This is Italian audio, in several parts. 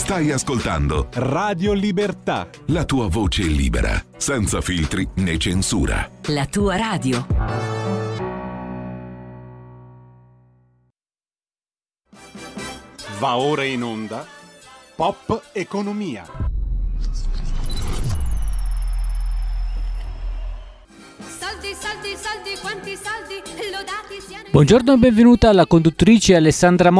Stai ascoltando Radio Libertà. la tua voce libera, senza filtri né censura. La tua radio. Va ora in onda Pop Economia. Soldi, soldi, soldi, quanti soldi, lodati siano. Buongiorno e benvenuta alla conduttrice Alessandra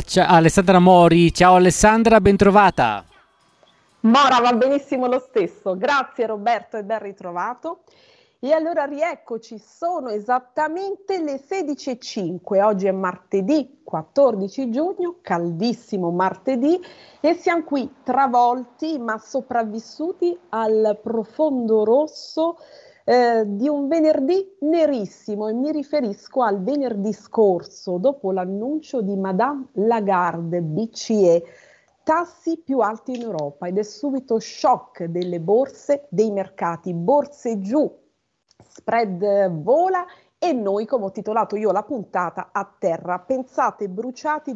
Mori. Ciao Alessandra, bentrovata. Mora, va benissimo lo stesso, grazie Roberto e ben ritrovato. E allora rieccoci, sono esattamente le 16:05, oggi è martedì 14 giugno, caldissimo martedì, e siamo qui travolti ma sopravvissuti al profondo rosso di un venerdì nerissimo, e mi riferisco al venerdì scorso, dopo l'annuncio di Madame Lagarde, BCE, tassi più alti in Europa, ed è subito shock delle borse, dei mercati, borse giù, spread vola e noi, come ho titolato io la puntata, a terra. Pensate, bruciati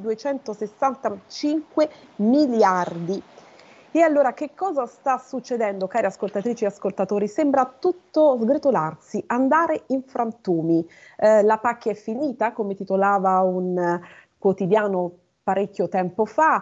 265 miliardi. E allora che cosa sta succedendo, cari ascoltatrici e ascoltatori? Sembra tutto sgretolarsi, andare in frantumi. La pacchia è finita, come titolava un quotidiano parecchio tempo fa.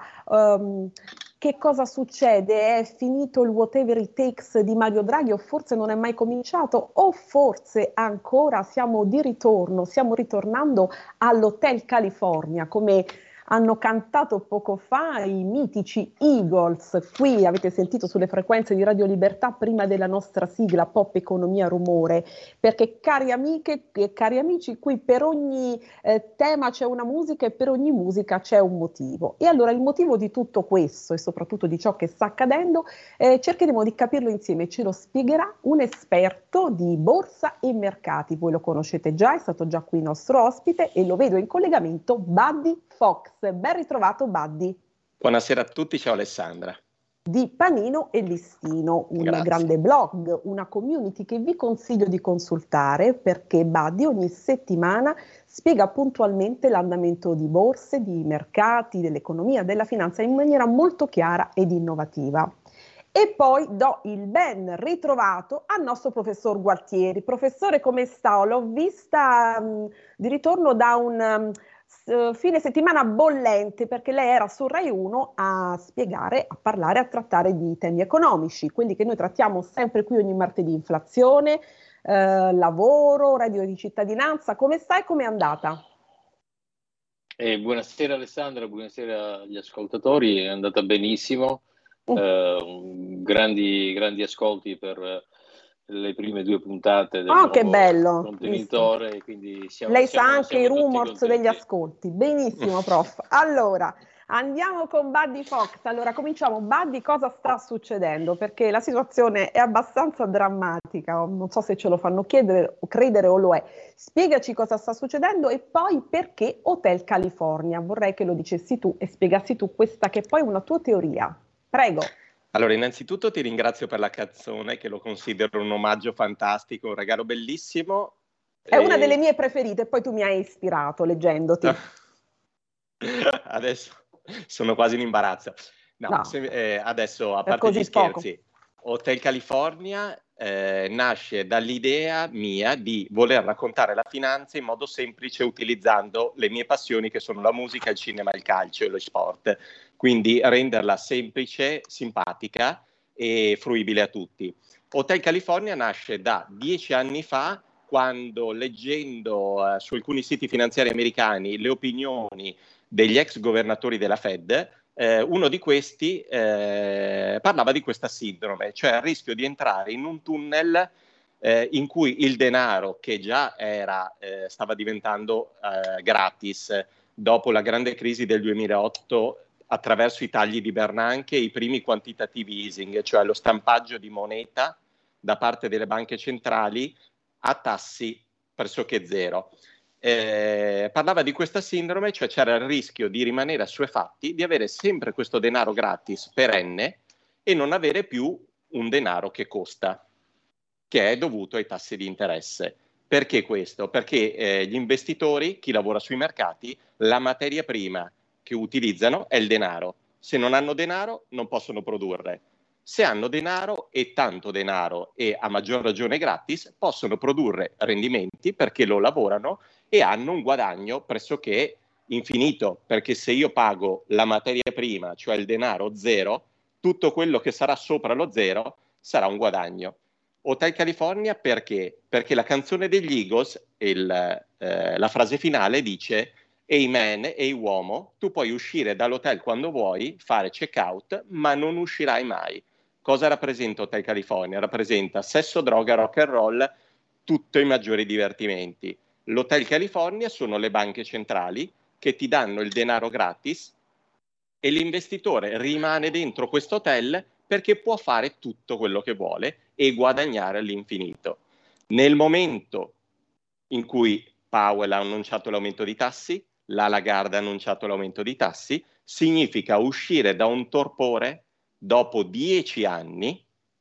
Che cosa succede? È finito il whatever it takes di Mario Draghi, o forse non è mai cominciato, o forse ancora siamo ritornando all'Hotel California, come hanno cantato poco fa i mitici Eagles. Qui avete sentito sulle frequenze di Radio Libertà prima della nostra sigla Pop Economia Rumore, perché cari amiche e cari amici, qui per ogni tema c'è una musica e per ogni musica c'è un motivo. E allora il motivo di tutto questo e soprattutto di ciò che sta accadendo cercheremo di capirlo insieme. Ce lo spiegherà un esperto di borsa e mercati. Voi lo conoscete già, è stato già qui nostro ospite e lo vedo in collegamento, Buddy Fox. Ben ritrovato Buddy. Buonasera a tutti, ciao Alessandra. Di Panino e Listino, un Grazie. grande blog, una community che vi consiglio di consultare, perché Buddy ogni settimana spiega puntualmente l'andamento di borse, di mercati, dell'economia, della finanza in maniera molto chiara ed innovativa. E poi do il ben ritrovato al nostro professor Gualtieri. Professore, come sta? L'ho vista di ritorno da un fine settimana bollente, perché lei era su Rai 1 a spiegare, a parlare, a trattare di temi economici, quelli che noi trattiamo sempre qui ogni martedì: inflazione, lavoro, reddito di cittadinanza. Come sta e come è andata? Buonasera Alessandra, buonasera agli ascoltatori, è andata benissimo, grandi ascolti per le prime due puntate del nuovo che bello, contenitore, quindi lei sa anche i tutti rumors contenti. degli ascolti. Benissimo, prof. Allora, andiamo con Buddy Fox. Allora, cominciamo. Buddy, cosa sta succedendo? Perché la situazione è abbastanza drammatica, non so se ce lo fanno chiedere o credere o lo è. Spiegaci cosa sta succedendo e poi perché Hotel California. Vorrei che lo dicessi tu e spiegassi tu questa che poi è una tua teoria. Prego. Allora, innanzitutto ti ringrazio per la canzone, che lo considero un omaggio fantastico, un regalo bellissimo. È una delle mie preferite, poi tu mi hai ispirato leggendoti. Adesso sono quasi in imbarazzo. No. Adesso, a Per parte così gli scherzi, Hotel California nasce dall'idea mia di voler raccontare la finanza in modo semplice, utilizzando le mie passioni, che sono la musica, il cinema, il calcio e lo sport. Quindi renderla semplice, simpatica e fruibile a tutti. Hotel California nasce da 10 anni fa, quando, leggendo su alcuni siti finanziari americani le opinioni degli ex governatori della Fed, uno di questi parlava di questa sindrome, cioè il rischio di entrare in un tunnel in cui il denaro, che già stava diventando gratis dopo la grande crisi del 2008, attraverso i tagli di Bernanke e i primi quantitative easing, cioè lo stampaggio di moneta da parte delle banche centrali a tassi pressoché zero. Parlava di questa sindrome, cioè c'era il rischio di rimanere assuefatti, di avere sempre questo denaro gratis perenne e non avere più un denaro che costa, che è dovuto ai tassi di interesse. Perché questo? Perché gli investitori, chi lavora sui mercati, la materia prima che utilizzano è il denaro. Se non hanno denaro, non possono produrre. Se hanno denaro e tanto denaro e a maggior ragione gratis, possono produrre rendimenti perché lo lavorano e hanno un guadagno pressoché infinito, perché se io pago la materia prima, cioè il denaro zero, tutto quello che sarà sopra lo zero sarà un guadagno. Hotel California perché? Perché la canzone degli Eagles, la frase finale dice: "Ehi man, ehi uomo, tu puoi uscire dall'hotel quando vuoi, fare check out, ma non uscirai mai". Cosa rappresenta Hotel California? Rappresenta sesso, droga, rock and roll, tutto i maggiori divertimenti. L'Hotel California sono le banche centrali che ti danno il denaro gratis e l'investitore rimane dentro questo hotel perché può fare tutto quello che vuole e guadagnare all'infinito. Nel momento in cui Powell ha annunciato l'aumento di tassi, la Lagarde ha annunciato l'aumento di tassi, significa uscire da un torpore dopo 10 anni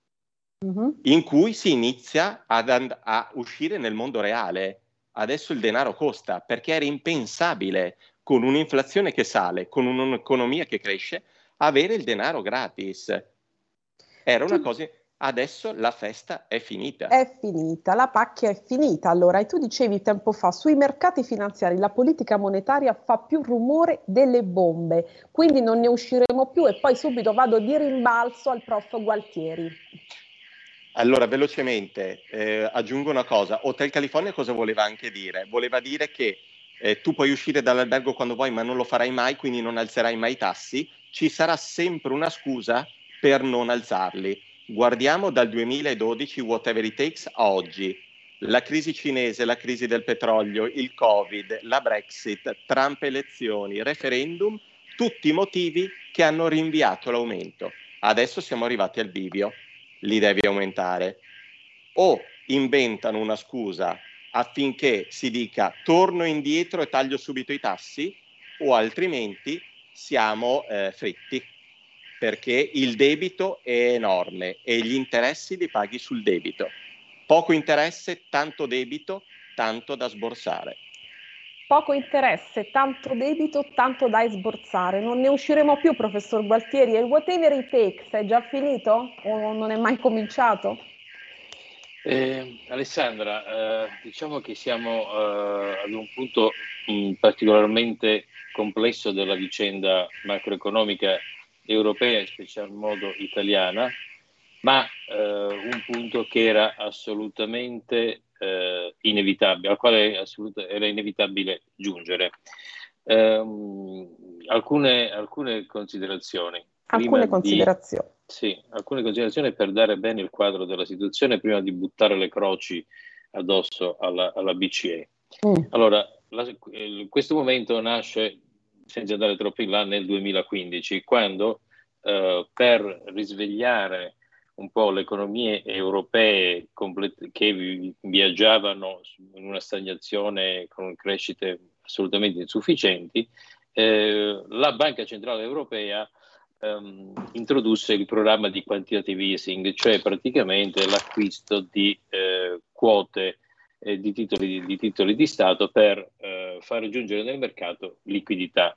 in cui si inizia a uscire nel mondo reale. Adesso il denaro costa perché era impensabile, con un'inflazione che sale, con un'economia che cresce, avere il denaro gratis. Era una cosa. Adesso la festa è finita. È finita, la pacchia è finita. Allora, e tu dicevi tempo fa, sui mercati finanziari la politica monetaria fa più rumore delle bombe, quindi non ne usciremo più. E poi subito vado di rimbalzo al prof Gualtieri. Allora, velocemente, aggiungo una cosa. Hotel California cosa voleva anche dire? Voleva dire che tu puoi uscire dall'albergo quando vuoi, ma non lo farai mai, quindi non alzerai mai i tassi. Ci sarà sempre una scusa per non alzarli. Guardiamo dal 2012, whatever it takes, a oggi. La crisi cinese, la crisi del petrolio, il Covid, la Brexit, Trump elezioni, referendum, tutti motivi che hanno rinviato l'aumento. Adesso siamo arrivati al bivio, li devi aumentare. O inventano una scusa affinché si dica torno indietro e taglio subito i tassi, o altrimenti siamo fritti. Perché il debito è enorme e gli interessi li paghi sul debito. Poco interesse, tanto debito, tanto da sborsare. Poco interesse, tanto debito, tanto da sborsare. Non ne usciremo più, professor Gualtieri. E il whatever it takes è già finito o non è mai cominciato? Alessandra, diciamo che siamo ad un punto particolarmente complesso della vicenda macroeconomica europea, in special modo italiana, ma un punto che era assolutamente inevitabile, al quale era inevitabile giungere. Alcune considerazioni. Alcune considerazioni per dare bene il quadro della situazione prima di buttare le croci addosso alla BCE. Allora, questo momento nasce, senza andare troppo in là, nel 2015, quando per risvegliare un po' le economie europee che viaggiavano in una stagnazione con crescite assolutamente insufficienti, la Banca Centrale Europea introdusse il programma di quantitative easing, cioè praticamente l'acquisto di quote di titoli di Stato per far giungere nel mercato liquidità.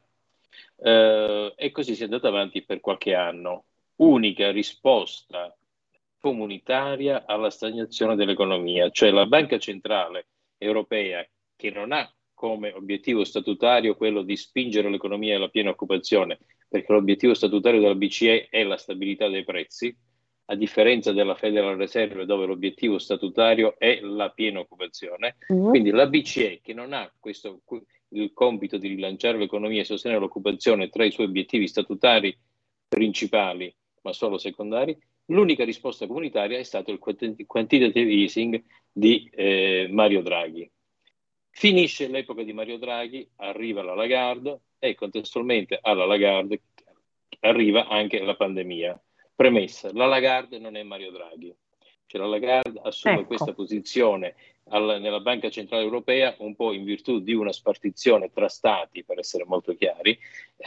E così si è andato avanti per qualche anno. Unica risposta comunitaria alla stagnazione dell'economia, cioè la Banca Centrale Europea, che non ha come obiettivo statutario quello di spingere l'economia alla piena occupazione, perché l'obiettivo statutario della BCE è la stabilità dei prezzi, a differenza della Federal Reserve, dove l'obiettivo statutario è la piena occupazione. Quindi la BCE, che non ha il compito di rilanciare l'economia e sostenere l'occupazione tra i suoi obiettivi statutari principali, ma solo secondari, l'unica risposta comunitaria è stato il quantitative easing di Mario Draghi. Finisce l'epoca di Mario Draghi, arriva la Lagarde e contestualmente alla Lagarde arriva anche la pandemia. Premessa, la Lagarde non è Mario Draghi. Cioè la Lagarde assume questa posizione nella Banca Centrale Europea un po' in virtù di una spartizione tra stati, per essere molto chiari,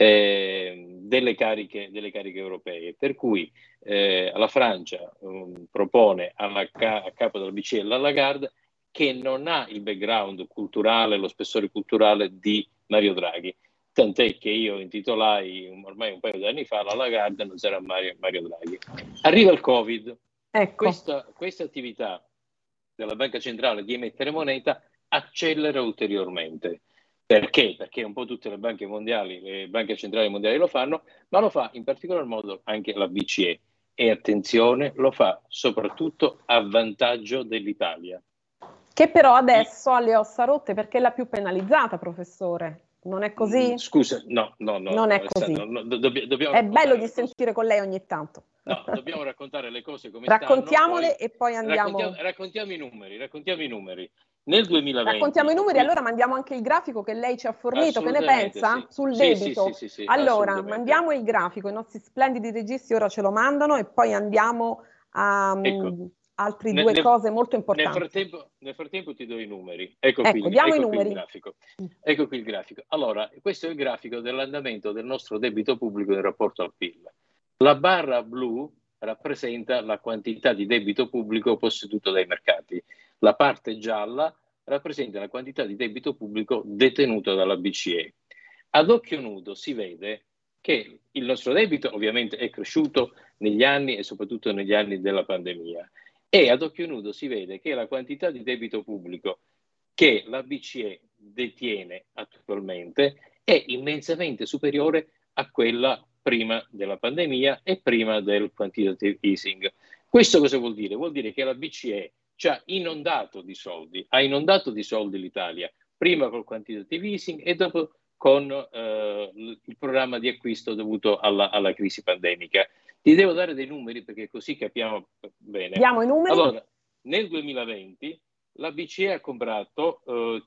delle cariche europee. Per cui alla Francia propone a capo della BCE la Lagarde, che non ha il background culturale, lo spessore culturale di Mario Draghi. tant'è che io intitolai ormai un paio di anni fa: la Lagarde non sarà Mario Draghi. Arriva il Covid, Ecco. questa attività della Banca Centrale di emettere moneta accelera ulteriormente. Perché? Perché un po' tutte le banche mondiali, le banche centrali mondiali lo fanno, ma lo fa in particolar modo anche la BCE. E attenzione, lo fa soprattutto a vantaggio dell'Italia. Che però adesso ha le ossa rotte perché è la più penalizzata, professore. Non è così? Scusa, no. Non è così. Dobbiamo è bello di sentire con lei ogni tanto. No, dobbiamo raccontare le cose come Raccontiamole stanno. E poi andiamo. Raccontiamo i numeri. Nel 2020. Raccontiamo i numeri, allora mandiamo anche il grafico che lei ci ha fornito. Che ne pensa? Sì. Sul debito? Sì, allora, mandiamo il grafico, i nostri splendidi registi ora ce lo mandano e poi andiamo a altre due cose molto importanti. Nel frattempo ti do i numeri. Ecco qui il grafico. Ecco qui il grafico. Allora, questo è il grafico dell'andamento del nostro debito pubblico in rapporto al PIL. La barra blu rappresenta la quantità di debito pubblico posseduto dai mercati. La parte gialla rappresenta la quantità di debito pubblico detenuto dalla BCE. Ad occhio nudo si vede che il nostro debito ovviamente è cresciuto negli anni e soprattutto negli anni della pandemia. E ad occhio nudo si vede che la quantità di debito pubblico che la BCE detiene attualmente è immensamente superiore a quella prima della pandemia e prima del quantitative easing. Questo cosa vuol dire? Vuol dire che la BCE ci ha inondato di soldi l'Italia, prima col quantitative easing e dopo con il programma di acquisto dovuto alla crisi pandemica. Ti devo dare dei numeri perché così capiamo bene. Diamo i numeri. Allora, nel 2020 la BCE ha comprato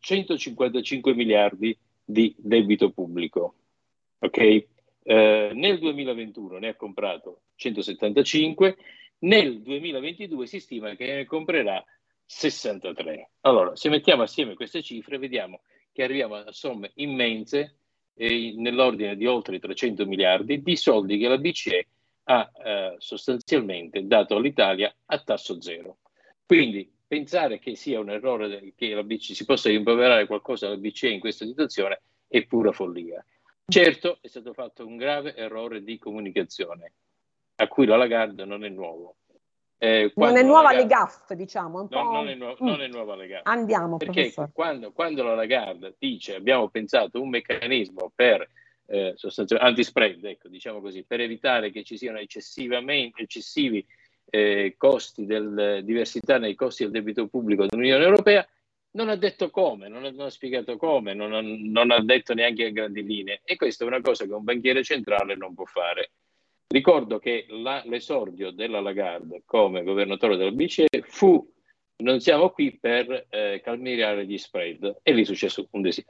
155 miliardi di debito pubblico, ok? Nel 2021 ne ha comprato 175, nel 2022 si stima che ne comprerà 63. Allora, se mettiamo assieme queste cifre, vediamo che arriviamo a somme immense nell'ordine di oltre 300 miliardi di soldi che la BCE ha sostanzialmente dato all'Italia a tasso zero. Quindi pensare che sia un errore che la BCE si possa rimproverare qualcosa alla BCE in questa situazione è pura follia. Certo, è stato fatto un grave errore di comunicazione a cui la Lagarde non è nuovo. Non è nuova le gaffe, diciamo. Un po'... non è nuova le gaffe. Andiamo, perché professore. Quando la Lagarde dice abbiamo pensato un meccanismo per anti-spread, ecco, diciamo così, per evitare che ci siano eccessivi costi del diversità nei costi del debito pubblico dell'Unione Europea, non ha detto come, non ha spiegato come, non ha detto neanche a grandi linee, e questa è una cosa che un banchiere centrale non può fare. Ricordo che l'esordio della Lagarde come governatore della BCE fu: non siamo qui per calmierare gli spread, e lì è successo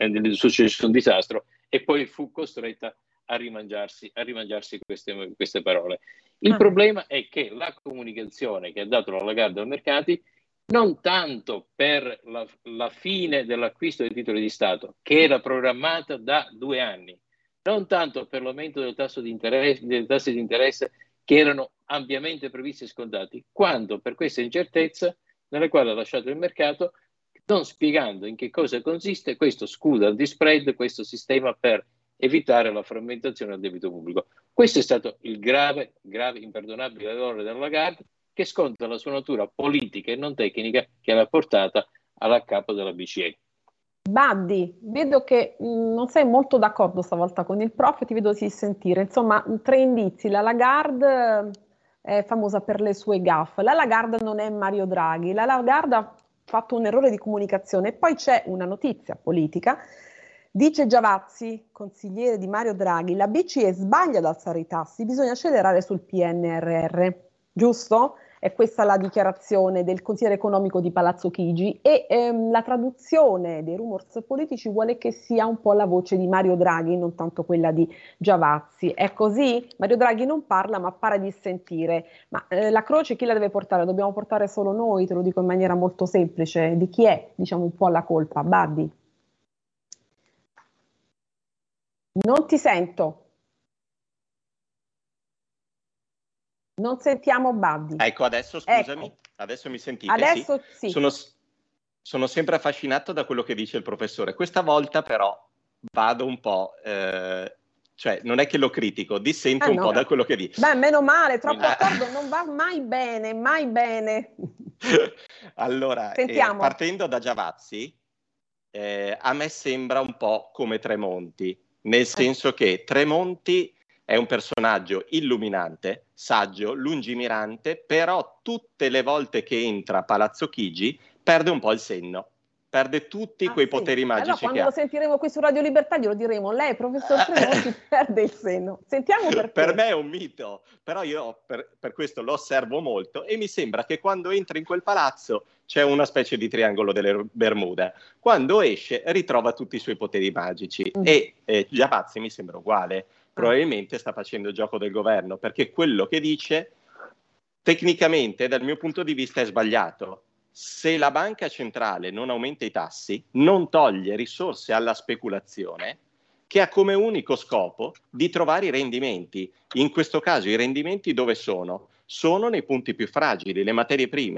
un disastro e poi fu costretta a rimangiarsi queste parole. Il problema è che la comunicazione che ha dato la Lagarde ai mercati, non tanto per la fine dell'acquisto dei titoli di Stato, che era programmata da 2 anni, non tanto per l'aumento dei tassi di interesse che erano ampiamente previsti e scontati, quanto per questa incertezza nella quale ha lasciato il mercato, non spiegando in che cosa consiste questo scudo anti-spread, questo sistema per evitare la frammentazione del debito pubblico. Questo è stato il grave, imperdonabile errore della Lagarde, che sconta la sua natura politica e non tecnica che l'ha portata alla capo della BCE. Buddy, vedo che non sei molto d'accordo stavolta con il prof, ti vedo di sentire. Insomma, 3 indizi. La Lagarde è famosa per le sue gaffe. La Lagarde non è Mario Draghi. La Lagarde ha fatto un errore di comunicazione. E poi c'è una notizia politica. Dice Giavazzi, consigliere di Mario Draghi, la BCE sbaglia ad alzare i tassi, bisogna accelerare sul PNRR. Giusto? È questa la dichiarazione del consigliere economico di Palazzo Chigi, e la traduzione dei rumors politici vuole che sia un po' la voce di Mario Draghi, non tanto quella di Giavazzi. È così? Mario Draghi non parla, ma pare di sentire. Ma la croce chi la deve portare? Dobbiamo portare solo noi, te lo dico in maniera molto semplice. Di chi è, diciamo, un po' la colpa? Buddy? Non ti sento. Non sentiamo Buddy. Ecco, adesso scusami, ecco. Adesso mi sentite? Adesso sì. Sono sempre affascinato da quello che dice il professore. Questa volta però vado un po', cioè non è che lo critico, dissento un po' da quello che dice. Beh, meno male, troppo accordo non va mai bene, mai bene. Allora, partendo da Giavazzi, a me sembra un po' come Tremonti, nel senso che Tremonti è un personaggio illuminante, saggio, lungimirante, però tutte le volte che entra a Palazzo Chigi perde un po' il senno, perde tutti quei poteri magici allora, quando che ha. lo sentiremo qui su Radio Libertà glielo diremo, lei professor Tremonti perde il senno. Sentiamo perché. Per me è un mito, però io per questo lo osservo molto e mi sembra che quando entra in quel palazzo c'è una specie di triangolo delle Bermuda. Quando esce ritrova tutti i suoi poteri magici e Giavazzi mi sembra uguale. Probabilmente sta facendo il gioco del governo, perché quello che dice tecnicamente dal mio punto di vista è sbagliato. Se la banca centrale non aumenta i tassi, non toglie risorse alla speculazione, che ha come unico scopo di trovare i rendimenti. In questo caso i rendimenti dove sono? Sono nei punti più fragili, le materie prime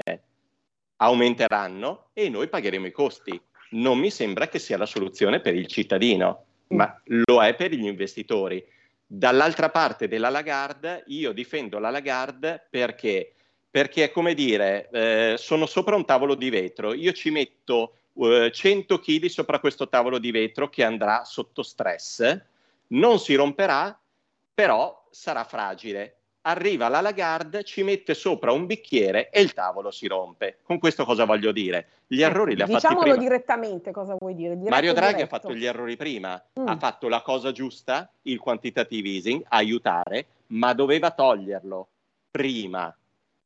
aumenteranno e noi pagheremo i costi. Non mi sembra che sia la soluzione per il cittadino, ma lo è per gli investitori. Dall'altra parte della Lagarde, io difendo la Lagarde perché è come dire, sono sopra un tavolo di vetro, io ci metto 100 kg sopra questo tavolo di vetro che andrà sotto stress, non si romperà, però sarà fragile. Arriva la Lagarde, ci mette sopra un bicchiere e il tavolo si rompe. Con questo cosa voglio dire? Gli errori li ha fatti prima. Diciamolo direttamente cosa vuoi dire. Mario Draghi ha fatto gli errori prima, ha fatto la cosa giusta, il quantitative easing, aiutare, ma doveva toglierlo prima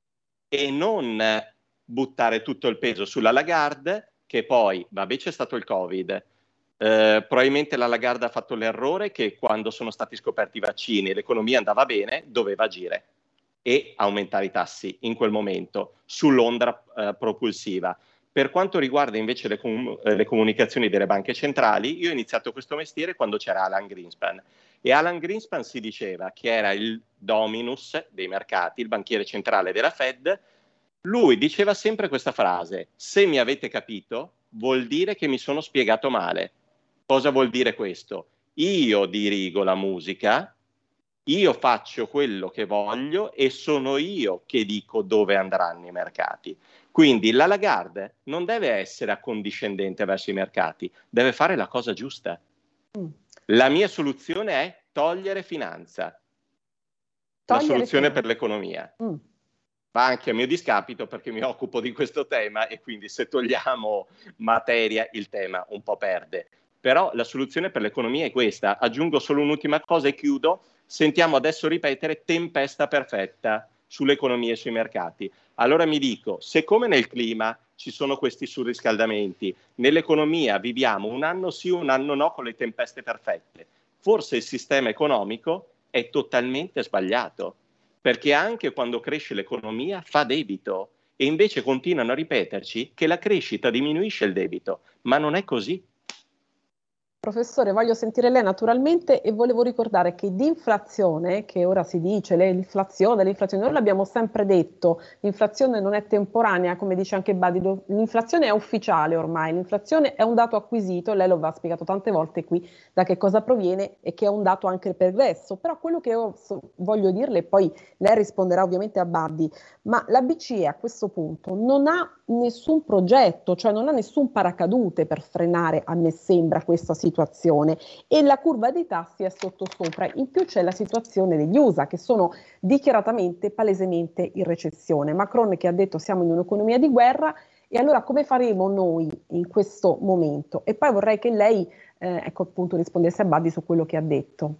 e non buttare tutto il peso sulla Lagarde, che poi, vabbè, c'è stato il Covid. Probabilmente la Lagarde ha fatto l'errore che quando sono stati scoperti i vaccini e l'economia andava bene, doveva agire e aumentare i tassi in quel momento sull'onda propulsiva. Per quanto riguarda invece le comunicazioni delle banche centrali, io ho iniziato questo mestiere quando c'era Alan Greenspan e Alan Greenspan si diceva che era il dominus dei mercati, il banchiere centrale della Fed. Lui diceva sempre questa frase: se mi avete capito vuol dire che mi sono spiegato male. Cosa vuol dire questo? Io dirigo la musica, io faccio quello che voglio e sono io che dico dove andranno i mercati. Quindi la Lagarde non deve essere accondiscendente verso i mercati, deve fare la cosa giusta. La mia soluzione è togliere finanza. La soluzione per l'economia. Va anche a mio discapito perché mi occupo di questo tema e quindi se togliamo materia il tema un po' perde. Però la soluzione per l'economia è questa. Aggiungo solo un'ultima cosa e chiudo. Sentiamo adesso ripetere tempesta perfetta sull'economia e sui mercati. Allora mi dico, se come nel clima ci sono questi surriscaldamenti, nell'economia viviamo un anno sì, un anno no con le tempeste perfette, forse il sistema economico è totalmente sbagliato, perché anche quando cresce l'economia fa debito e invece continuano a ripeterci che la crescita diminuisce il debito, ma non è così. Professore, voglio sentire lei naturalmente e volevo ricordare che di inflazione, che ora si dice, l'inflazione, noi l'abbiamo sempre detto, l'inflazione non è temporanea, come dice anche Badi, l'inflazione è ufficiale ormai, l'inflazione è un dato acquisito, lei lo ha spiegato tante volte qui, da che cosa proviene e che è un dato anche pregresso, però quello che io voglio dirle, poi lei risponderà ovviamente a Badi, ma la BCE a questo punto non ha nessun progetto, cioè non ha nessun paracadute per frenare, a me sembra, questa situazione e la curva dei tassi è sottosopra. In più c'è la situazione degli USA che sono dichiaratamente, palesemente in recessione. Macron che ha detto siamo in un'economia di guerra e allora come faremo noi in questo momento? E poi vorrei che lei ecco appunto rispondesse a Badi su quello che ha detto.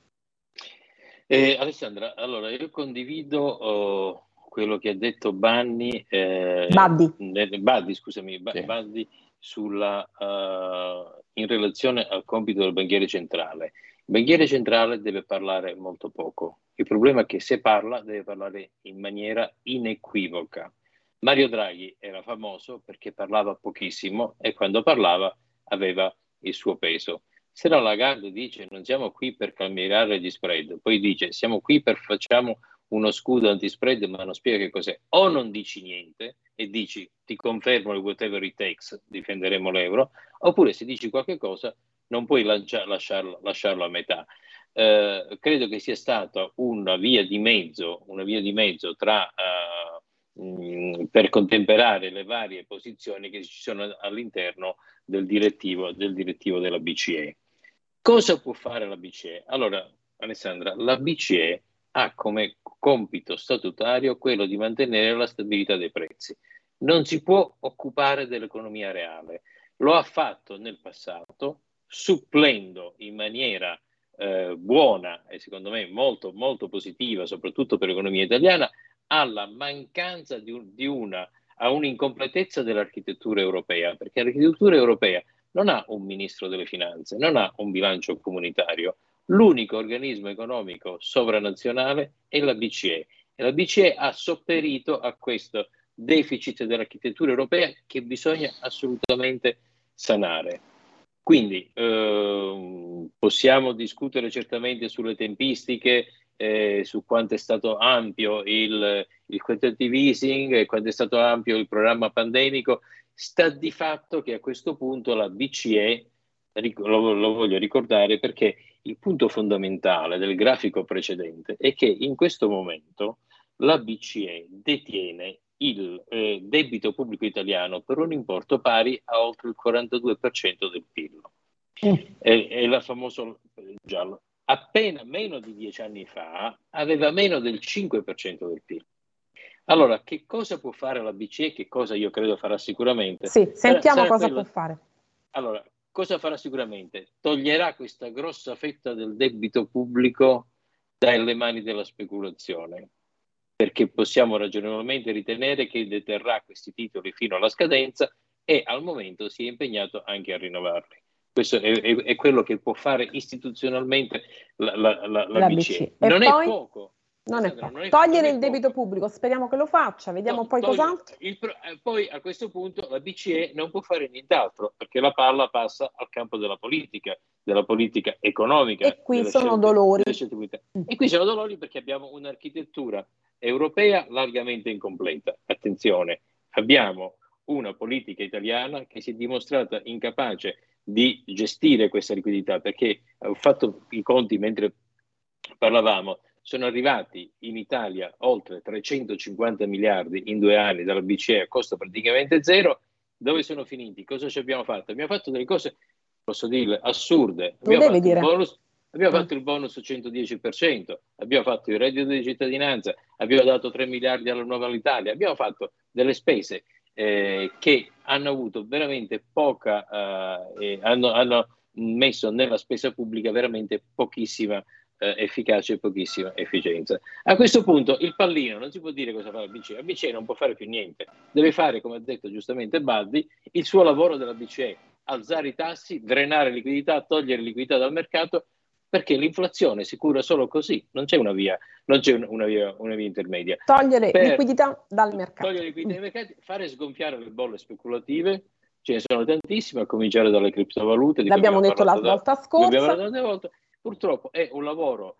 Alessandra, allora io condivido quello che ha detto Badi, scusami, Badi sulla, in relazione al compito del banchiere centrale. Il banchiere centrale deve parlare molto poco. Il problema è che se parla, deve parlare in maniera inequivoca. Mario Draghi era famoso perché parlava pochissimo e quando parlava aveva il suo peso. Se la Lagarde dice non siamo qui per calmierare gli spread, poi dice siamo qui per facciamo uno scudo anti-spread, ma non spiega che cos'è, o non dici niente e dici ti confermo il whatever it takes, difenderemo l'euro, oppure se dici qualche cosa non puoi lasciarlo a metà. Credo che sia stata una via di mezzo tra per contemperare le varie posizioni che ci sono all'interno del direttivo della BCE. Cosa può fare la BCE? Allora, Alessandra, la BCE ha come compito statutario quello di mantenere la stabilità dei prezzi. Non si può occupare dell'economia reale. Lo ha fatto nel passato, supplendo in maniera buona e secondo me molto, molto positiva, soprattutto per l'economia italiana, alla mancanza a un'incompletezza dell'architettura europea, perché l'architettura europea non ha un ministro delle finanze, non ha un bilancio comunitario. L'unico organismo economico sovranazionale è la BCE e la BCE ha sopperito a questo deficit dell'architettura europea che bisogna assolutamente sanare. Quindi possiamo discutere certamente sulle tempistiche, su quanto è stato ampio il quantitative easing e quanto è stato ampio il programma pandemico. Sta di fatto che a questo punto la BCE, lo voglio ricordare perché il punto fondamentale del grafico precedente è che in questo momento la BCE detiene il debito pubblico italiano per un importo pari a oltre il 42% del PIL. È la famosa giallo. Appena meno di 10 anni fa aveva meno del 5% del PIL. Allora, che cosa può fare la BCE? Che cosa io credo farà sicuramente? Sì, sentiamo cosa può fare. Allora, cosa farà sicuramente? Toglierà questa grossa fetta del debito pubblico dalle mani della speculazione, perché possiamo ragionevolmente ritenere che deterrà questi titoli fino alla scadenza e al momento si è impegnato anche a rinnovarli. Questo è quello che può fare istituzionalmente la BCE. Non è poco. Non è poco. Togliere il debito pubblico, speriamo che lo faccia, vediamo poi cos'altro. Poi a questo punto la BCE non può fare nient'altro, perché la palla passa al campo della politica economica. E qui sono dolori. E qui sono dolori perché abbiamo un'architettura europea largamente incompleta. Attenzione, abbiamo una politica italiana che si è dimostrata incapace di gestire questa liquidità, perché ho fatto i conti mentre parlavamo, sono arrivati in Italia oltre 350 miliardi in 2 anni dalla BCE a costo praticamente zero. Dove sono finiti? Cosa ci abbiamo fatto? Abbiamo fatto delle cose, posso dirle, assurde. Abbiamo fatto il bonus 110%, abbiamo fatto il reddito di cittadinanza, abbiamo dato 3 miliardi alla Nuova Italia, abbiamo fatto delle spese che hanno avuto veramente poca, hanno messo nella spesa pubblica veramente pochissima efficacia e pochissima efficienza. A questo punto il pallino non si può dire cosa fa la BCE. La BCE non può fare più niente, deve fare, come ha detto giustamente Baldi, il suo lavoro della BCE, alzare i tassi, drenare liquidità, togliere liquidità dal mercato, perché l'inflazione si cura solo così, non c'è una via intermedia. Togliere liquidità dal mercato. Togliere liquidità dai mercati, fare sgonfiare le bolle speculative, ce ne sono tantissime, a cominciare dalle criptovalute. L'abbiamo detto la volta scorsa. Purtroppo è un lavoro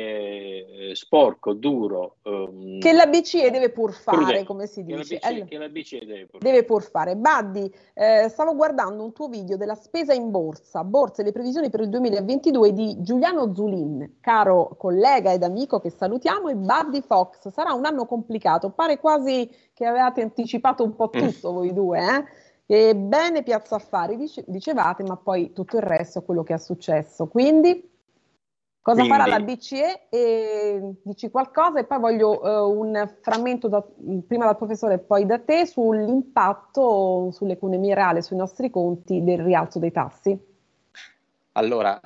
sporco, duro. Che la BCE deve pur fare, prudente, come si dice. Che la BCE deve pur fare. Baddi, stavo guardando un tuo video della spesa in borsa e le previsioni per il 2022 di Giuliano Zulin, caro collega ed amico che salutiamo, e Baddi Fox. Sarà un anno complicato, pare quasi che avevate anticipato un po' tutto voi due, E bene Piazza Affari, dicevate, ma poi tutto il resto è quello che è successo. Quindi cosa farà la BCE? Dici qualcosa e poi voglio un frammento prima dal professore e poi da te sull'impatto sull'economia reale, sui nostri conti del rialzo dei tassi. Allora,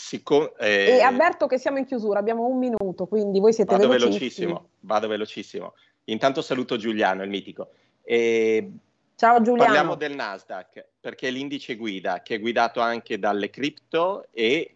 e avverto che siamo in chiusura, abbiamo 1 minuto, quindi voi siete velocissimi. Vado velocissimo. Intanto saluto Giuliano, il mitico. Ciao Giuliano. Parliamo del Nasdaq, perché è l'indice guida, che è guidato anche dalle cripto e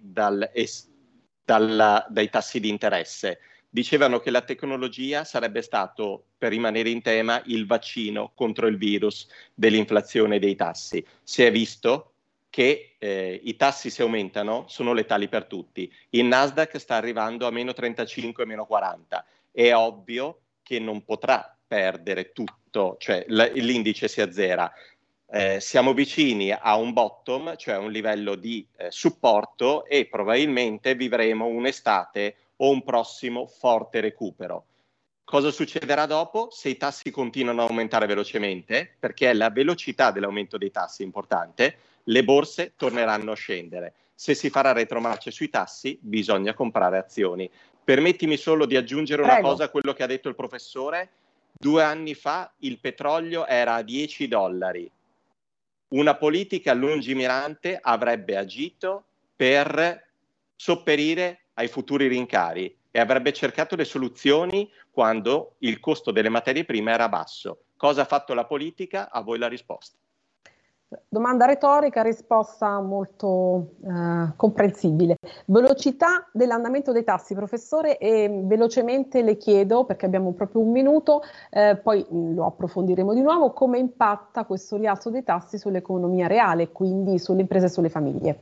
dai tassi di interesse. Dicevano che la tecnologia sarebbe stato, per rimanere in tema, il vaccino contro il virus dell'inflazione dei tassi. Si è visto che i tassi, se aumentano, sono letali per tutti. Il Nasdaq sta arrivando a meno 35, meno 40. È ovvio che non potrà perdere tutto, cioè l'indice si azzera. siamo vicini a un bottom, cioè un livello di supporto, e probabilmente vivremo un'estate o un prossimo forte recupero. Cosa succederà dopo? Se i tassi continuano a aumentare velocemente, perché la velocità dell'aumento dei tassi è importante, le borse torneranno a scendere. Se si farà retromarcia sui tassi, bisogna comprare azioni. Permettimi solo di aggiungere una cosa a quello che ha detto il professore. 2 anni fa il petrolio era a $10. Una politica lungimirante avrebbe agito per sopperire ai futuri rincari e avrebbe cercato le soluzioni quando il costo delle materie prime era basso. Cosa ha fatto la politica? A voi la risposta. Domanda retorica, risposta molto comprensibile. Velocità dell'andamento dei tassi, professore, e velocemente le chiedo, perché abbiamo proprio un minuto, poi lo approfondiremo di nuovo, come impatta questo rialzo dei tassi sull'economia reale, quindi sulle imprese e sulle famiglie?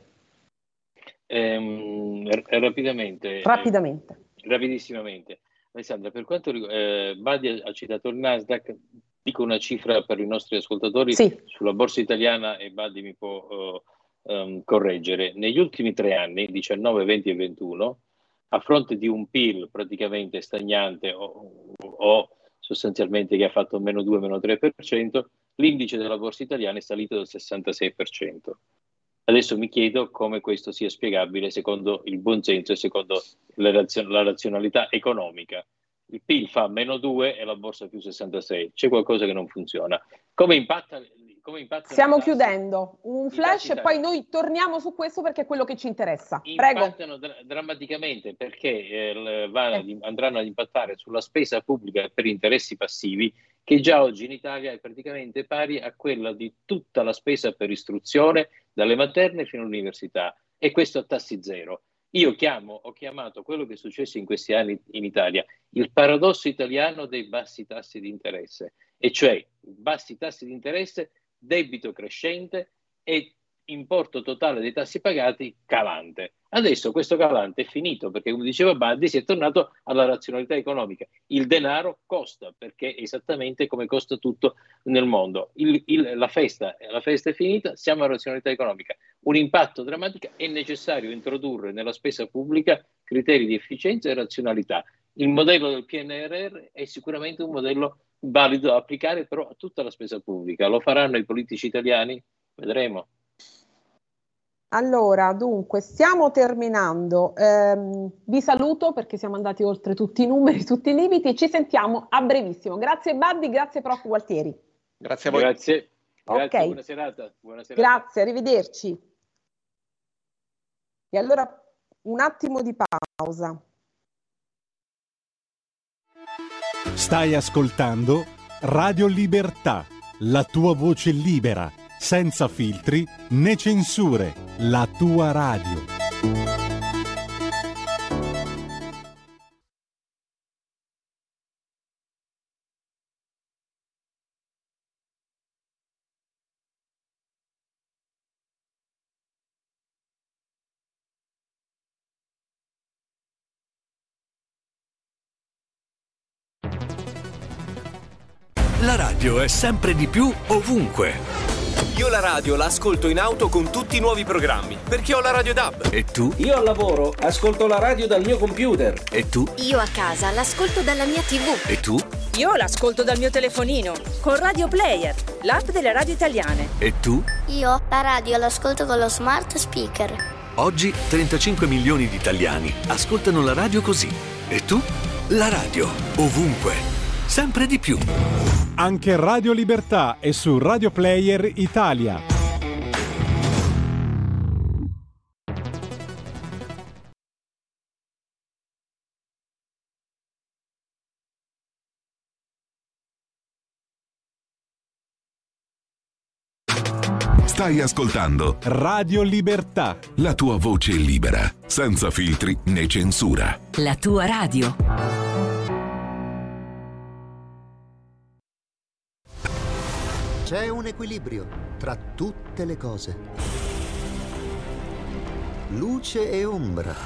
Rapidissimamente. Alessandra, per quanto riguarda, Badi ha citato il Nasdaq, dico una cifra per i nostri ascoltatori sulla borsa italiana e Badi mi può correggere. Negli ultimi 3 anni, 19, 20 e 21, a fronte di un PIL praticamente stagnante o sostanzialmente che ha fatto meno 2, meno 3%, l'indice della borsa italiana è salito del 66%. Adesso mi chiedo come questo sia spiegabile secondo il buonsenso e secondo la razionalità economica. Il PIL fa meno 2 e la borsa più 66. C'è qualcosa che non funziona. Come impatta Stiamo chiudendo. Un flash e poi noi torniamo su questo perché è quello che ci interessa. Prego. Impattano drammaticamente perché andranno ad impattare sulla spesa pubblica per interessi passivi, che già oggi in Italia è praticamente pari a quella di tutta la spesa per istruzione, dalle materne fino all'università, e questo a tassi zero. Io ho chiamato quello che è successo in questi anni in Italia il paradosso italiano dei bassi tassi di interesse, e cioè bassi tassi di interesse, debito crescente e importo totale dei tassi pagati calante. Adesso questo calante è finito perché, come diceva Badi, si è tornato alla razionalità economica. Il denaro costa, perché è esattamente come costa tutto nel mondo. La festa è finita, siamo alla razionalità economica. Un impatto drammatico, è necessario introdurre nella spesa pubblica criteri di efficienza e razionalità. Il modello del PNRR è sicuramente un modello valido da applicare però a tutta la spesa pubblica. Lo faranno i politici italiani? Vedremo. Allora, dunque, stiamo terminando. Vi saluto perché siamo andati oltre tutti i numeri, tutti i limiti, e ci sentiamo a brevissimo. Grazie Baddi, grazie Prof. Gualtieri. Grazie a voi. Grazie. Okay. Buona serata. Grazie, arrivederci. E allora un attimo di pausa. Stai ascoltando Radio Libertà, la tua voce libera, senza filtri né censure, la tua radio. La radio è sempre di più ovunque. Io la radio la ascolto in auto con tutti i nuovi programmi, perché ho la radio DAB. E tu? Io al lavoro ascolto la radio dal mio computer. E tu? Io a casa l'ascolto dalla mia TV. E tu? Io l'ascolto dal mio telefonino, con Radio Player, l'app delle radio italiane. E tu? Io la radio l'ascolto con lo smart speaker. Oggi 35 milioni di italiani ascoltano la radio così. E tu? La radio, ovunque, sempre di più. Anche Radio Libertà è su Radio Player Italia. Stai ascoltando Radio Libertà, la tua voce libera, senza filtri né censura. La tua radio. C'è un equilibrio tra tutte le cose. Luce e ombra.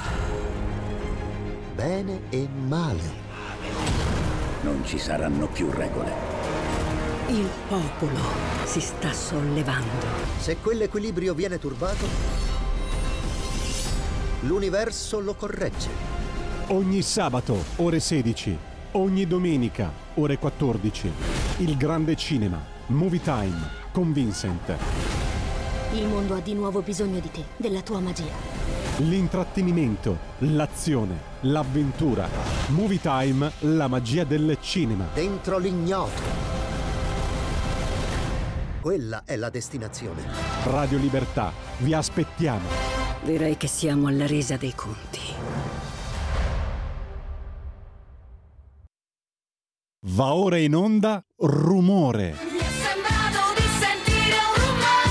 Bene e male. Non ci saranno più regole. Il popolo si sta sollevando. Se quell'equilibrio viene turbato, l'universo lo corregge. Ogni sabato, ore 16. Ogni domenica, ore 14. Il grande cinema. Movie Time con Vincent. Il mondo ha di nuovo bisogno di te, della tua magia. L'intrattenimento, l'azione, l'avventura. Movie Time, la magia del cinema. Dentro l'ignoto. Quella è la destinazione. Radio Libertà, vi aspettiamo. Direi che siamo alla resa dei conti. Va ora in onda Rumore. Mi è sembrato di sentire un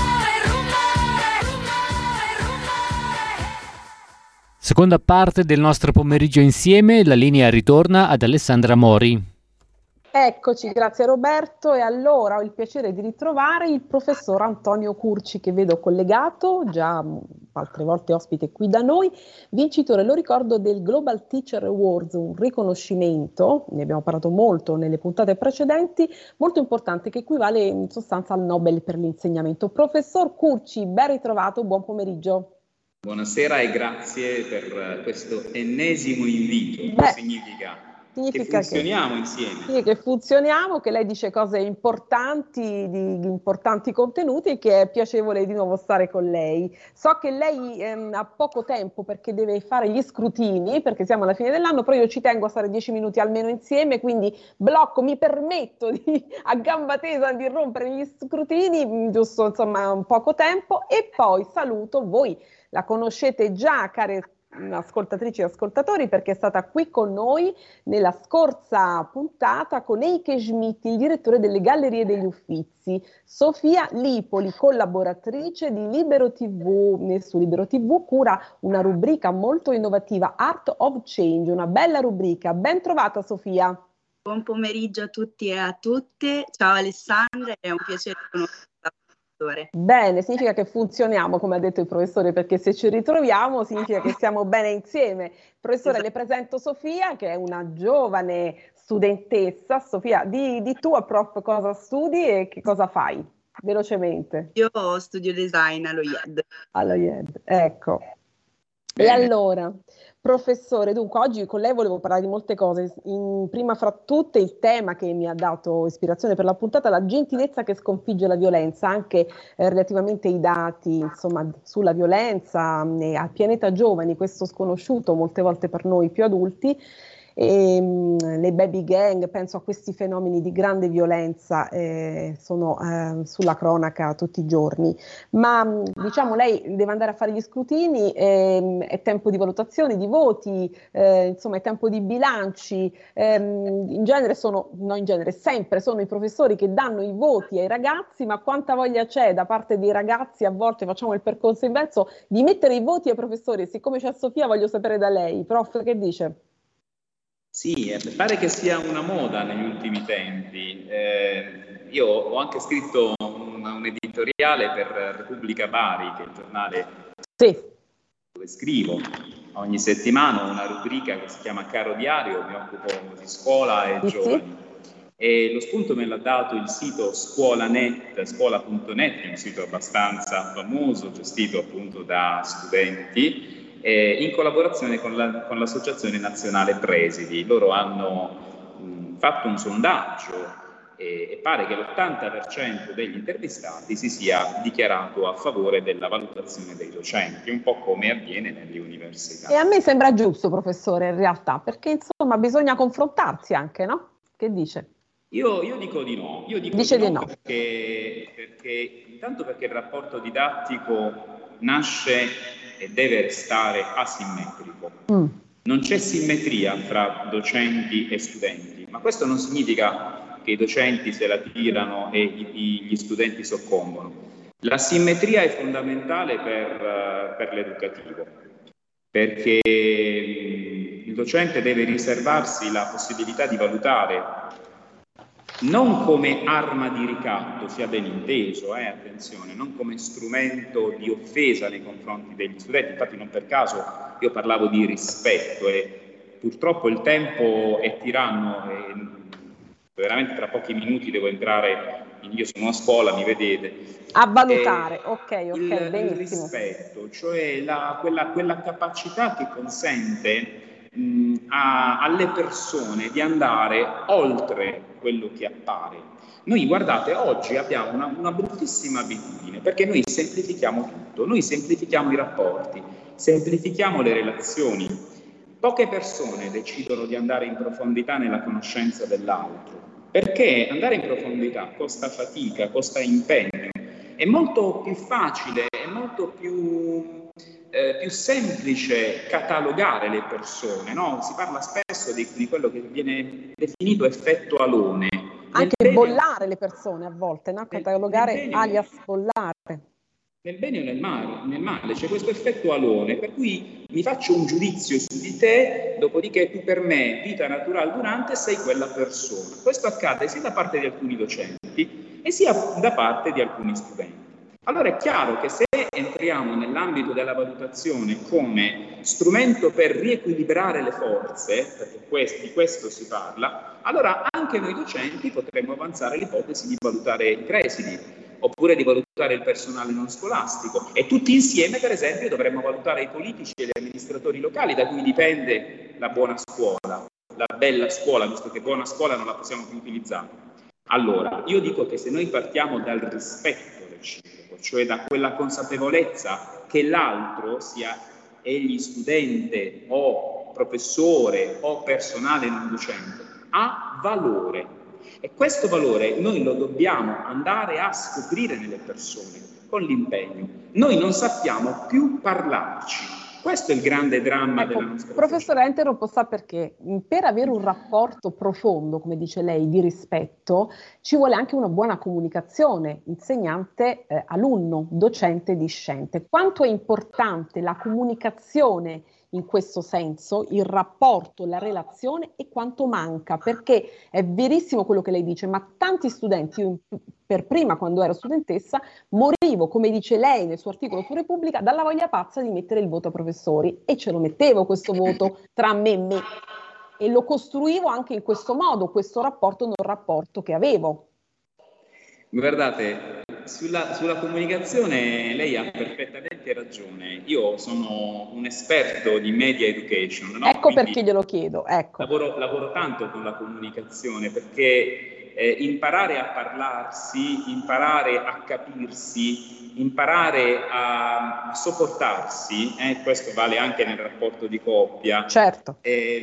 rumore. Seconda parte del nostro pomeriggio insieme, la linea ritorna ad Alessandra Mori. Eccoci, grazie Roberto. E allora ho il piacere di ritrovare il professor Antonio Curci, che vedo collegato, già altre volte ospite qui da noi, vincitore, lo ricordo, del Global Teacher Awards, un riconoscimento, ne abbiamo parlato molto nelle puntate precedenti, molto importante, che equivale in sostanza al Nobel per l'insegnamento. Professor Curci, ben ritrovato, buon pomeriggio. Buonasera e grazie per questo ennesimo invito. Significa che funzioniamo insieme. Sì, che funzioniamo, che lei dice cose importanti, di importanti contenuti, e che è piacevole di nuovo stare con lei. So che lei ha poco tempo perché deve fare gli scrutini, perché siamo alla fine dell'anno, però io ci tengo a stare 10 minuti almeno insieme, quindi mi permetto a gamba tesa di rompere gli scrutini, giusto insomma un poco tempo, e poi saluto voi. La conoscete già, care ascoltatrici e ascoltatori, perché è stata qui con noi nella scorsa puntata con Eike Schmidt, il direttore delle Gallerie degli Uffizi, Sofia Lipoli, collaboratrice di Libero TV, su Libero TV cura una rubrica molto innovativa, Art of Change, una bella rubrica. Ben trovata Sofia. Buon pomeriggio a tutti e a tutte, ciao Alessandra, è un piacere conoscerti. Bene, significa che funzioniamo, come ha detto il professore, perché se ci ritroviamo significa che stiamo bene insieme. Professore, le presento Sofia, che è una giovane studentessa. Sofia, di tu a prof cosa studi e che cosa fai? Velocemente. Io studio design allo IED. Allo IED, ecco. Bene. E allora, professore, dunque oggi con lei volevo parlare di molte cose, prima fra tutte il tema che mi ha dato ispirazione per la puntata, la gentilezza che sconfigge la violenza, anche relativamente ai dati insomma sulla violenza al pianeta giovani, questo sconosciuto molte volte per noi più adulti. Le baby gang, penso a questi fenomeni di grande violenza, sono sulla cronaca tutti i giorni, ma diciamo lei deve andare a fare gli scrutini, è tempo di valutazione, di voti, insomma è tempo di bilanci, in genere sempre sono i professori che danno i voti ai ragazzi, ma quanta voglia c'è da parte dei ragazzi, a volte facciamo il percorso inverso, di mettere i voti ai professori. Siccome c'è Sofia voglio sapere da lei, prof, che dice? Sì, pare che sia una moda negli ultimi tempi. Io ho anche scritto un editoriale per Repubblica Bari, che è il giornale dove scrivo ogni settimana una rubrica che si chiama Caro Diario, mi occupo di scuola e giovani. E lo spunto me l'ha dato il sito scuola.net, un sito abbastanza famoso, gestito appunto da studenti, in collaborazione con l'Associazione Nazionale Presidi. Loro hanno fatto un sondaggio e pare che l'80% degli intervistati si sia dichiarato a favore della valutazione dei docenti, un po' come avviene nelle università. E a me sembra giusto, professore, in realtà, perché insomma bisogna confrontarsi anche, no? Che dice? Io dico di no. Dice di no. Perché intanto perché il rapporto didattico nasce e deve restare asimmetrico. Non c'è simmetria fra docenti e studenti, ma questo non significa che i docenti se la tirano e gli studenti soccombono. La simmetria è fondamentale per l'educativo, perché il docente deve riservarsi la possibilità di valutare non come arma di ricatto, sia ben inteso, attenzione, non come strumento di offesa nei confronti degli studenti. Infatti non per caso io parlavo di rispetto e purtroppo il tempo è tiranno e veramente tra pochi minuti devo entrare quindi io sono a scuola, mi vedete. A valutare, ok, Il benissimo. rispetto, cioè quella capacità che consente alle persone di andare oltre quello che appare. Noi, guardate, oggi abbiamo una bruttissima abitudine, perché noi semplifichiamo tutto, noi semplifichiamo i rapporti, semplifichiamo le relazioni. Poche persone decidono di andare in profondità nella conoscenza dell'altro, perché andare in profondità costa fatica, costa impegno. È molto più facile, è molto più semplice catalogare le persone, no? Si parla spesso di quello che viene definito effetto alone. Anche bollare le persone a volte, no? Catalogare alias bollare. Nel bene o nel male, c'è questo effetto alone, per cui mi faccio un giudizio su di te, dopodiché tu per me, vita naturale durante, sei quella persona. Questo accade sia da parte di alcuni docenti e sia da parte di alcuni studenti. Allora è chiaro che se entriamo nell'ambito della valutazione come strumento per riequilibrare le forze, perché di questo si parla, allora anche noi docenti potremmo avanzare l'ipotesi di valutare i presidi, oppure di valutare il personale non scolastico, e tutti insieme, per esempio, dovremmo valutare i politici e gli amministratori locali, da cui dipende la buona scuola, la bella scuola, visto che buona scuola non la possiamo più utilizzare. Allora, io dico che se noi partiamo dal rispetto reciproco, cioè da quella consapevolezza che l'altro, sia egli studente o professore o personale non docente, ha valore, e questo valore noi lo dobbiamo andare a scoprire nelle persone con l'impegno. Noi non sappiamo più parlarci. Questo è il grande dramma della nostra professore, interrompo, sa perché? Per avere un rapporto profondo, come dice lei, di rispetto, ci vuole anche una buona comunicazione, insegnante-alunno, docente-discente. Quanto è importante la comunicazione in questo senso, il rapporto, la relazione, e quanto manca, perché è verissimo quello che lei dice, ma tanti studenti, io per prima quando ero studentessa, morivo, come dice lei nel suo articolo su Repubblica, dalla voglia pazza di mettere il voto ai professori, e ce lo mettevo questo voto tra me e me, e lo costruivo anche in questo modo, questo rapporto non rapporto che avevo. Guardate, sulla comunicazione lei ha perfettamente ragione. Io sono un esperto di media education, no? Ecco perché glielo chiedo. Ecco. Lavoro tanto con la comunicazione, perché imparare a parlarsi, imparare a capirsi, imparare a sopportarsi, questo vale anche nel rapporto di coppia. Certo.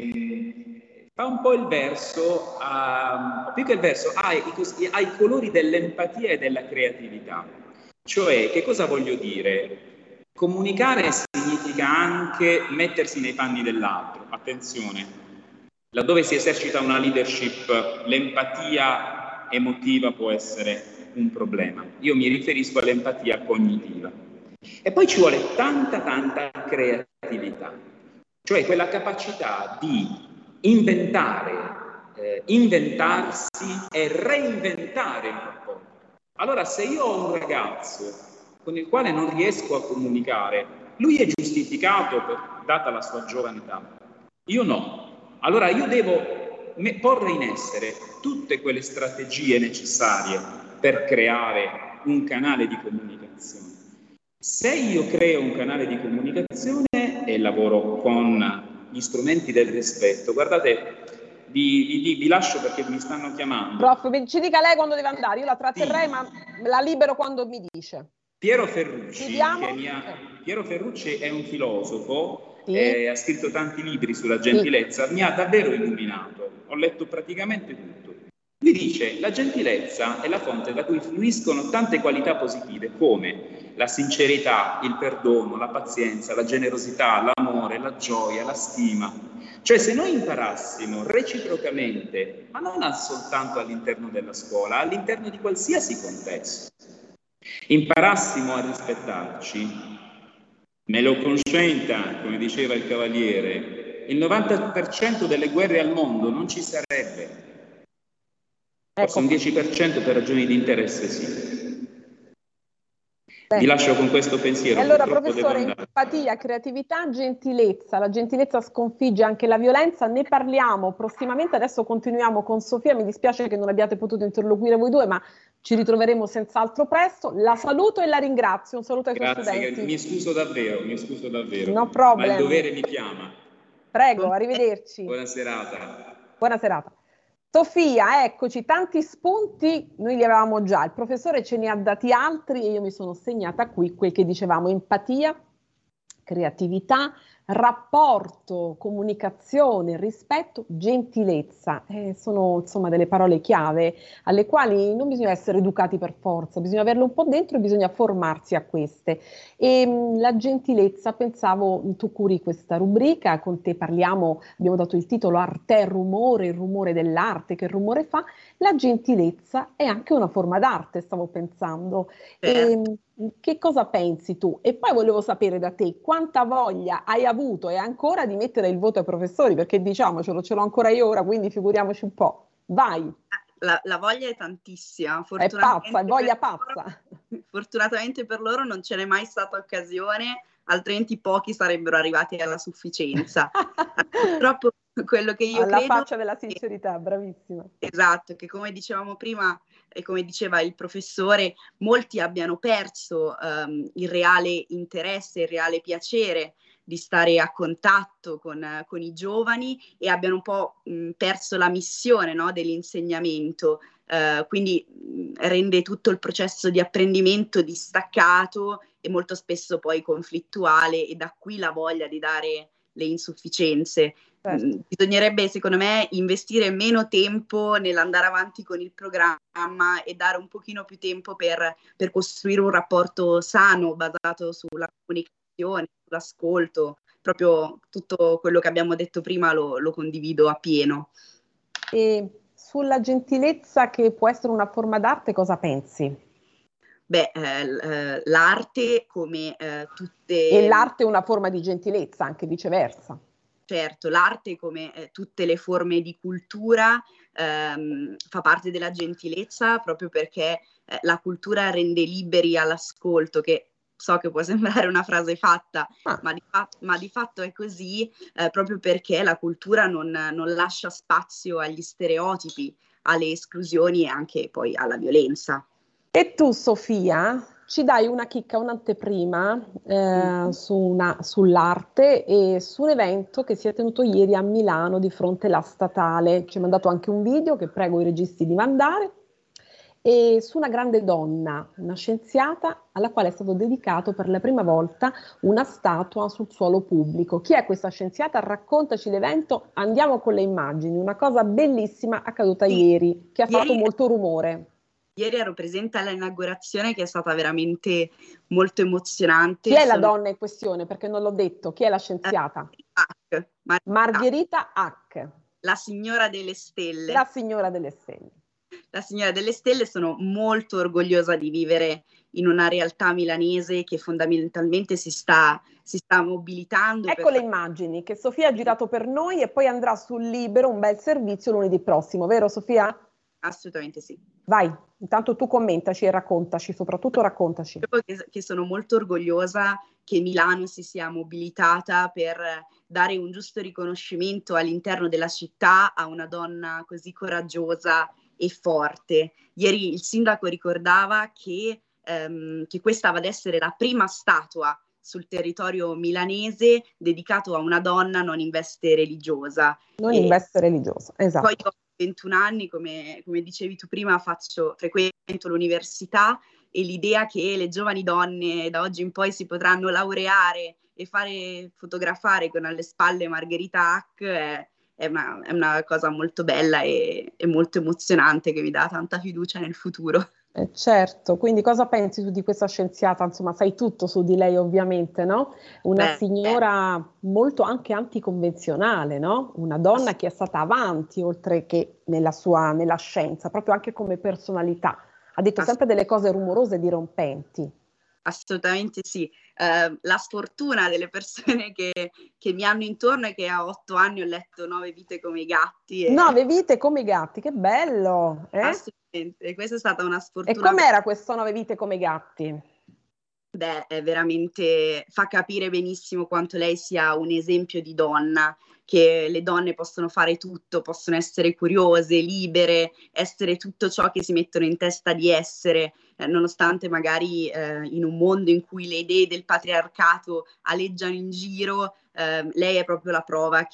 Fa un po' il verso, più che il verso, ha i colori dell'empatia e della creatività. Cioè, che cosa voglio dire? Comunicare significa anche mettersi nei panni dell'altro. Attenzione, laddove si esercita una leadership, l'empatia emotiva può essere un problema. Io mi riferisco all'empatia cognitiva. E poi ci vuole tanta creatività, cioè quella capacità di inventarsi e reinventare un rapporto. Allora, se io ho un ragazzo con il quale non riesco a comunicare, lui è giustificato data la sua giovane età. Io no. Allora io devo porre in essere tutte quelle strategie necessarie per creare un canale di comunicazione. Se io creo un canale di comunicazione e lavoro con gli strumenti del rispetto, guardate, vi lascio perché mi stanno chiamando. Prof, ci dica lei quando deve andare, io la tratterrei, ma la libero quando mi dice. Piero Ferrucci è un filosofo, ha scritto tanti libri sulla gentilezza, mi ha davvero illuminato, ho letto praticamente tutto. Lui dice: la gentilezza è la fonte da cui fluiscono tante qualità positive come la sincerità, il perdono, la pazienza, la generosità, l'amore, la gioia, la stima. Cioè, se noi imparassimo reciprocamente, ma non soltanto all'interno della scuola, all'interno di qualsiasi contesto, imparassimo a rispettarci, me lo consenta, come diceva il Cavaliere, il 90% delle guerre al mondo non ci sarebbe. Forse un 10% per ragioni di interesse sì. Vi lascio con questo pensiero. E allora, purtroppo professore, empatia, creatività, gentilezza. La gentilezza sconfigge anche la violenza. Ne parliamo prossimamente. Adesso continuiamo con Sofia. Mi dispiace che non abbiate potuto interloquire voi due, ma ci ritroveremo senz'altro presto. La saluto e la ringrazio. Un saluto ai suoi studenti. Mi scuso davvero. No problem. Ma il dovere mi chiama. Prego, arrivederci. Buona serata. Buona serata. Sofia, eccoci, tanti spunti, noi li avevamo già, il professore ce ne ha dati altri e io mi sono segnata qui quel che dicevamo: empatia, creatività, rapporto, comunicazione, rispetto, gentilezza. Sono insomma delle parole chiave alle quali non bisogna essere educati per forza, bisogna averle un po' dentro e bisogna formarsi a queste. E la gentilezza, pensavo, tu curi questa rubrica, con te parliamo, abbiamo dato il titolo Arte e rumore, il rumore dell'arte, che rumore fa? La gentilezza è anche una forma d'arte, stavo pensando. Che cosa pensi tu? E poi volevo sapere da te quanta voglia hai avuto e ancora di mettere il voto ai professori, perché diciamocelo, ce l'ho ancora io ora, quindi figuriamoci un po'. Vai! La voglia è tantissima. È pazza, è voglia pazza. Fortunatamente per loro non ce n'è mai stata occasione, altrimenti pochi sarebbero arrivati alla sufficienza. Purtroppo quello che io alla credo... Alla faccia della sincerità, bravissima. Esatto, che come dicevamo prima e come diceva il professore, molti abbiano perso il reale interesse, il reale piacere di stare a contatto con i giovani e abbiano un po' perso la missione, no, dell'insegnamento, quindi rende tutto il processo di apprendimento distaccato e molto spesso poi conflittuale, e da qui la voglia di dare le insufficienze. Certo. Bisognerebbe, secondo me, investire meno tempo nell'andare avanti con il programma e dare un pochino più tempo per costruire un rapporto sano, basato sulla comunicazione, sull'ascolto. Proprio tutto quello che abbiamo detto prima lo condivido appieno. E sulla gentilezza, che può essere una forma d'arte, cosa pensi? Beh, l'arte come tutte... E l'arte è una forma di gentilezza, anche viceversa. Certo, l'arte, come tutte le forme di cultura, fa parte della gentilezza, proprio perché la cultura rende liberi all'ascolto, che so che può sembrare una frase fatta, ma di fatto è così, proprio perché la cultura non lascia spazio agli stereotipi, alle esclusioni e anche poi alla violenza. E tu, Sofia, ci dai una chicca, un'anteprima sull'arte e su un evento che si è tenuto ieri a Milano di fronte alla Statale. Ci hai mandato anche un video che prego i registi di mandare, e su una grande donna, una scienziata, alla quale è stato dedicato per la prima volta una statua sul suolo pubblico. Chi è questa scienziata? Raccontaci l'evento, andiamo con le immagini, una cosa bellissima accaduta ieri, che ha fatto molto rumore. Ieri ero presente all'inaugurazione, che è stata veramente molto emozionante. Chi è la donna in questione? Perché non l'ho detto. Chi è la scienziata? Margherita Hack. La signora delle stelle. La signora delle stelle. La signora delle stelle. Sono molto orgogliosa di vivere in una realtà milanese che fondamentalmente si sta mobilitando. Ecco le immagini che Sofia ha girato per noi, e poi andrà sul Libero, un bel servizio lunedì prossimo, vero Sofia? Assolutamente sì. Vai, intanto tu commentaci e raccontaci, soprattutto raccontaci. Che sono molto orgogliosa che Milano si sia mobilitata per dare un giusto riconoscimento all'interno della città a una donna così coraggiosa e forte. Ieri il sindaco ricordava che questa va ad essere la prima statua sul territorio milanese dedicato a una donna non in veste religiosa. In veste religiosa, esatto. Poi ho 21 anni, come dicevi tu prima, frequento l'università, e l'idea che le giovani donne da oggi in poi si potranno laureare e fare fotografare con alle spalle Margherita Hack è una cosa molto bella e molto emozionante, che mi dà tanta fiducia nel futuro. Certo, quindi cosa pensi tu di questa scienziata? Insomma, sai tutto su di lei, ovviamente, no? Una signora molto anche anticonvenzionale, no? Una donna che è stata avanti, oltre che nella scienza, proprio anche come personalità. Ha detto sempre delle cose rumorose e dirompenti. Assolutamente sì. La sfortuna delle persone che mi hanno intorno è che a 8 anni ho letto 9 vite come i gatti. 9 vite come i gatti, che bello! Assolutamente, questa è stata una sfortuna. E com'era questo 9 vite come i gatti? Beh, è veramente, fa capire benissimo quanto lei sia un esempio di donna, che le donne possono fare tutto, possono essere curiose, libere, essere tutto ciò che si mettono in testa di essere, nonostante magari in un mondo in cui le idee del patriarcato aleggiano in giro, lei è proprio la prova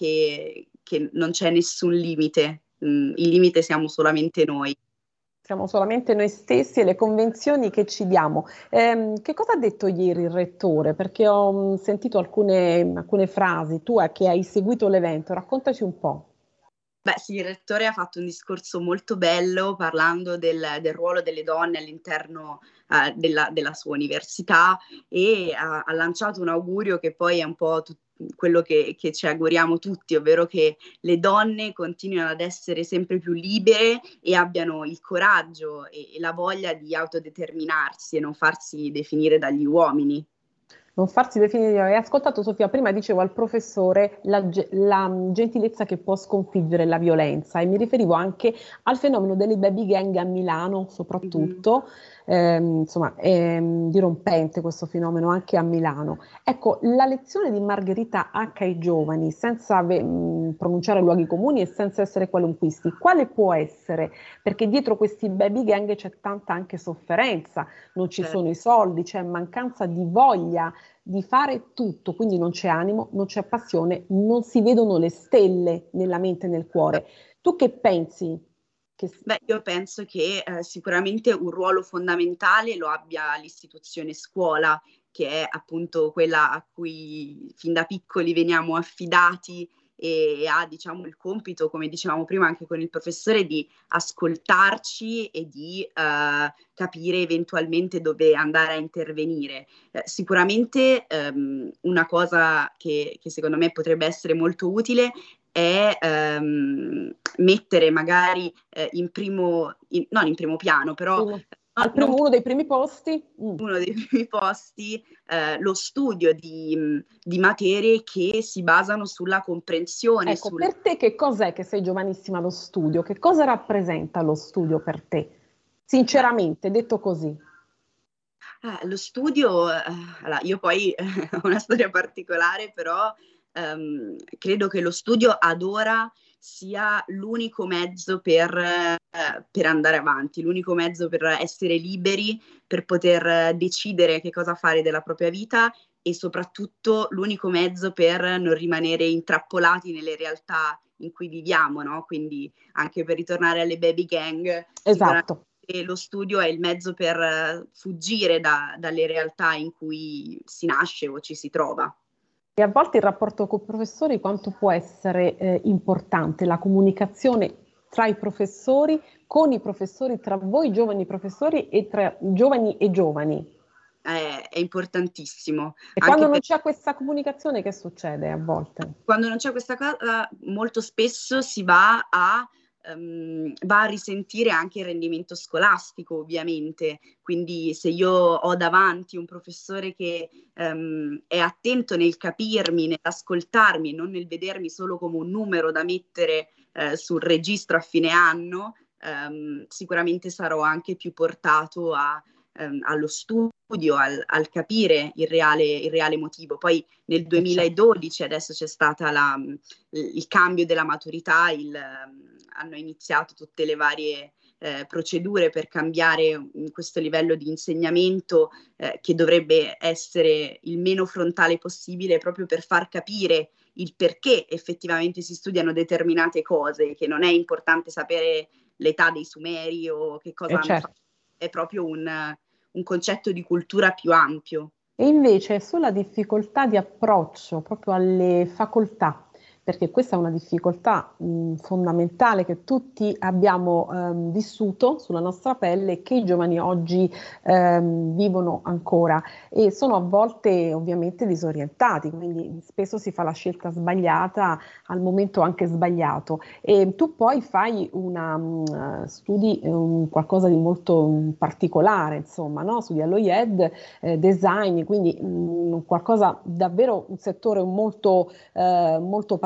che non c'è nessun limite. Il limite siamo solamente noi. Siamo solamente noi stessi e le convenzioni che ci diamo. Che cosa ha detto ieri il rettore? Perché ho sentito alcune frasi. Tu che hai seguito l'evento, raccontaci un po'. Beh sì, il rettore ha fatto un discorso molto bello parlando del ruolo delle donne all'interno della sua università e ha lanciato un augurio che poi è un po' quello che ci auguriamo tutti, ovvero che le donne continuino ad essere sempre più libere e abbiano il coraggio e la voglia di autodeterminarsi e non farsi definire dagli uomini. Non farsi definire. Hai ascoltato, Sofia, prima dicevo al professore la gentilezza che può sconfiggere la violenza, e mi riferivo anche al fenomeno delle baby gang a Milano soprattutto. Insomma, è dirompente questo fenomeno anche a Milano. Ecco, la lezione di Margherita Hack ai giovani, senza pronunciare luoghi comuni e senza essere qualunquisti, quale può essere? Perché dietro questi baby gang c'è tanta anche sofferenza, non ci sono i soldi, c'è mancanza di voglia di fare tutto, quindi non c'è animo, non c'è passione, non si vedono le stelle nella mente e nel cuore. Tu che pensi? Beh, io penso che sicuramente un ruolo fondamentale lo abbia l'istituzione scuola, che è appunto quella a cui fin da piccoli veniamo affidati e ha, diciamo, il compito, come dicevamo prima anche con il professore, di ascoltarci e di capire eventualmente dove andare a intervenire. Sicuramente una cosa che secondo me potrebbe essere molto utile è mettere magari non in primo piano, però uno dei primi posti, lo studio di materie che si basano sulla comprensione. Ecco, per te che cos'è, che sei giovanissima, lo studio? Che cosa rappresenta lo studio per te? Sinceramente, detto così. Lo studio, allora, io poi ho una storia particolare, però credo che lo studio ad ora sia l'unico mezzo per andare avanti, l'unico mezzo per essere liberi, per poter decidere che cosa fare della propria vita e soprattutto l'unico mezzo per non rimanere intrappolati nelle realtà in cui viviamo, no? Quindi anche per ritornare alle baby gang, esatto. Lo studio è il mezzo per fuggire dalle realtà in cui si nasce o ci si trova. E a volte il rapporto con i professori quanto può essere importante, la comunicazione tra i professori, con i professori, tra voi giovani professori e tra giovani e giovani. È importantissimo. E quando non c'è questa comunicazione, che succede a volte? Quando non c'è questa cosa, molto spesso si va a risentire anche il rendimento scolastico, ovviamente. Quindi se io ho davanti un professore che è attento nel capirmi, nell'ascoltarmi, non nel vedermi solo come un numero da mettere sul registro a fine anno, sicuramente sarò anche più portato allo studio, al capire il reale motivo. Poi nel 2012 adesso c'è stata il cambio della maturità, hanno iniziato tutte le varie procedure per cambiare questo livello di insegnamento che dovrebbe essere il meno frontale possibile, proprio per far capire il perché effettivamente si studiano determinate cose, che non è importante sapere l'età dei Sumeri o che cosa hanno fatto, è proprio un concetto di cultura più ampio. E invece sulla difficoltà di approccio proprio alle facoltà, perché questa è una difficoltà fondamentale che tutti abbiamo vissuto sulla nostra pelle e che i giovani oggi vivono ancora e sono a volte ovviamente disorientati, quindi spesso si fa la scelta sbagliata al momento anche sbagliato. E tu poi fai studi qualcosa di molto particolare, insomma, no? Studi all'OIED, design, quindi qualcosa davvero, un settore molto particolare.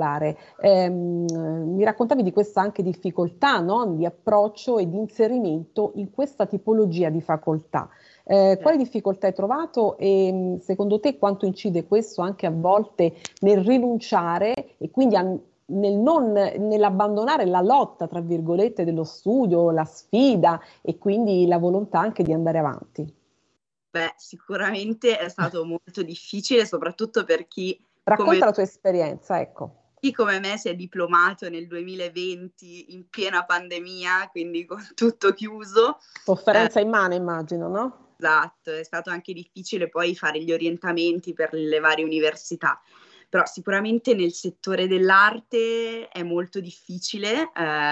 Mi raccontavi di questa anche difficoltà, no? Di approccio e di inserimento in questa tipologia di facoltà. Quali difficoltà hai trovato e secondo te quanto incide questo anche a volte nel rinunciare e quindi nell'abbandonare la lotta, tra virgolette, dello studio, la sfida e quindi la volontà anche di andare avanti? Beh, sicuramente è stato molto difficile, soprattutto per chi... Racconta la tua esperienza, ecco. Chi come me si è diplomato nel 2020 in piena pandemia, quindi con tutto chiuso. Sofferenza immane, immagino, no? Esatto, è stato anche difficile poi fare gli orientamenti per le varie università. Però sicuramente nel settore dell'arte è molto difficile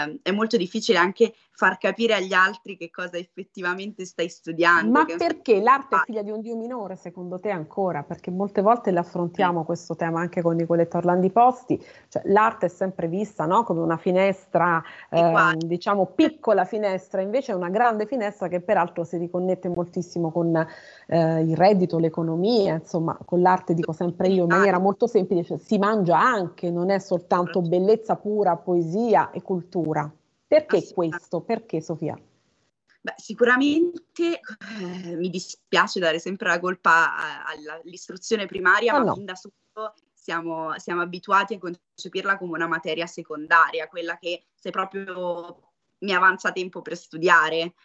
anche far capire agli altri che cosa effettivamente stai studiando. Ma perché l'arte è figlia di un Dio minore, secondo te ancora? Perché molte volte l'affrontiamo questo tema anche con Nicoletta Orlandi Posti, cioè l'arte è sempre vista, no? Come una finestra, diciamo piccola finestra, invece è una grande finestra che peraltro si riconnette moltissimo con il reddito, l'economia, insomma con l'arte, dico sempre io in maniera molto semplice, si mangia anche, non è soltanto bellezza pura, poesia e cultura. Perché questo? Perché, Sofia? Beh, sicuramente mi dispiace dare sempre la colpa all'istruzione primaria, ma fin da subito siamo abituati a concepirla come una materia secondaria, quella che se proprio mi avanza tempo per studiare.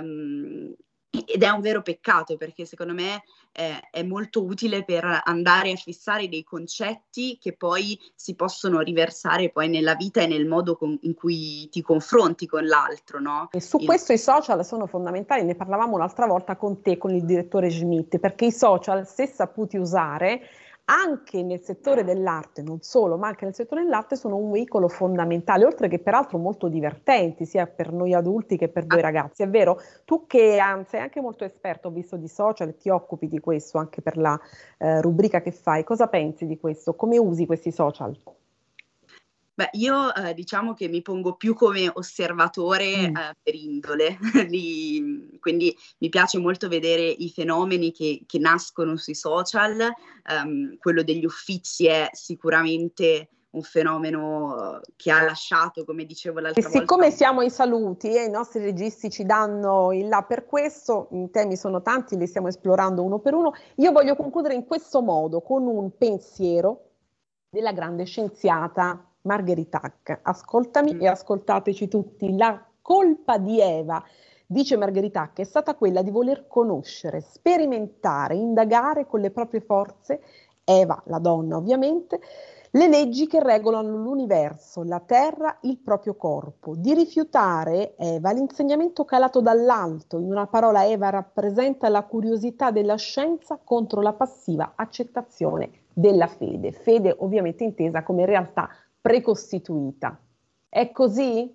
Ed è un vero peccato, perché secondo me è molto utile per andare a fissare dei concetti che poi si possono riversare poi nella vita e nel modo in cui ti confronti con l'altro, no? E su questo i social sono fondamentali, ne parlavamo l'altra volta con te, con il direttore Schmidt, perché i social, se saputi usare, anche nel settore dell'arte, non solo, ma anche nel settore dell'arte sono un veicolo fondamentale, oltre che peraltro molto divertenti, sia per noi adulti che per voi ragazzi, è vero? Tu che sei anche molto esperto, ho visto, di social e ti occupi di questo anche per la rubrica che fai, cosa pensi di questo? Come usi questi social? Beh, io diciamo che mi pongo più come osservatore per indole, quindi mi piace molto vedere i fenomeni che nascono sui social. Quello degli Uffizi è sicuramente un fenomeno che ha lasciato, come dicevo l'altra volta. E siccome siamo ai saluti e i nostri registi ci danno il là per questo, i temi sono tanti, li stiamo esplorando uno per uno, io voglio concludere in questo modo, con un pensiero della grande scienziata Margherita Hack. Ascoltami e ascoltateci tutti. La colpa di Eva, dice Margherita Hack, è stata quella di voler conoscere, sperimentare, indagare con le proprie forze, Eva, la donna ovviamente, le leggi che regolano l'universo, la terra, il proprio corpo, di rifiutare, Eva, l'insegnamento calato dall'alto. In una parola, Eva rappresenta la curiosità della scienza contro la passiva accettazione della fede. Fede ovviamente intesa come realtà precostituita. È così?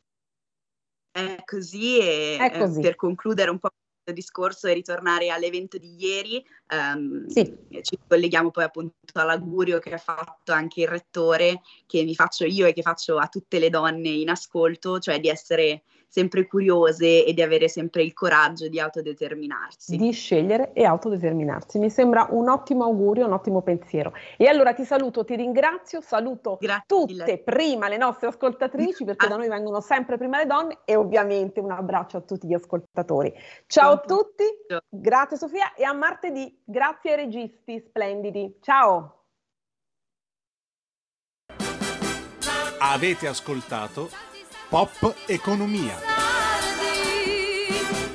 È così e per concludere un po' questo discorso e ritornare all'evento di ieri, ci colleghiamo poi appunto all'augurio che ha fatto anche il rettore, che mi faccio io e che faccio a tutte le donne in ascolto, cioè di essere sempre curiose e di avere sempre il coraggio di autodeterminarsi. Di scegliere e autodeterminarsi. Mi sembra un ottimo augurio, un ottimo pensiero. E allora ti saluto, ti ringrazio, saluto tutte prima le nostre ascoltatrici, perché da noi vengono sempre prima le donne, e ovviamente un abbraccio a tutti gli ascoltatori. Ciao a tutti, grazie Sofia e a martedì, grazie ai registi splendidi. Ciao! Avete ascoltato Pop Economia.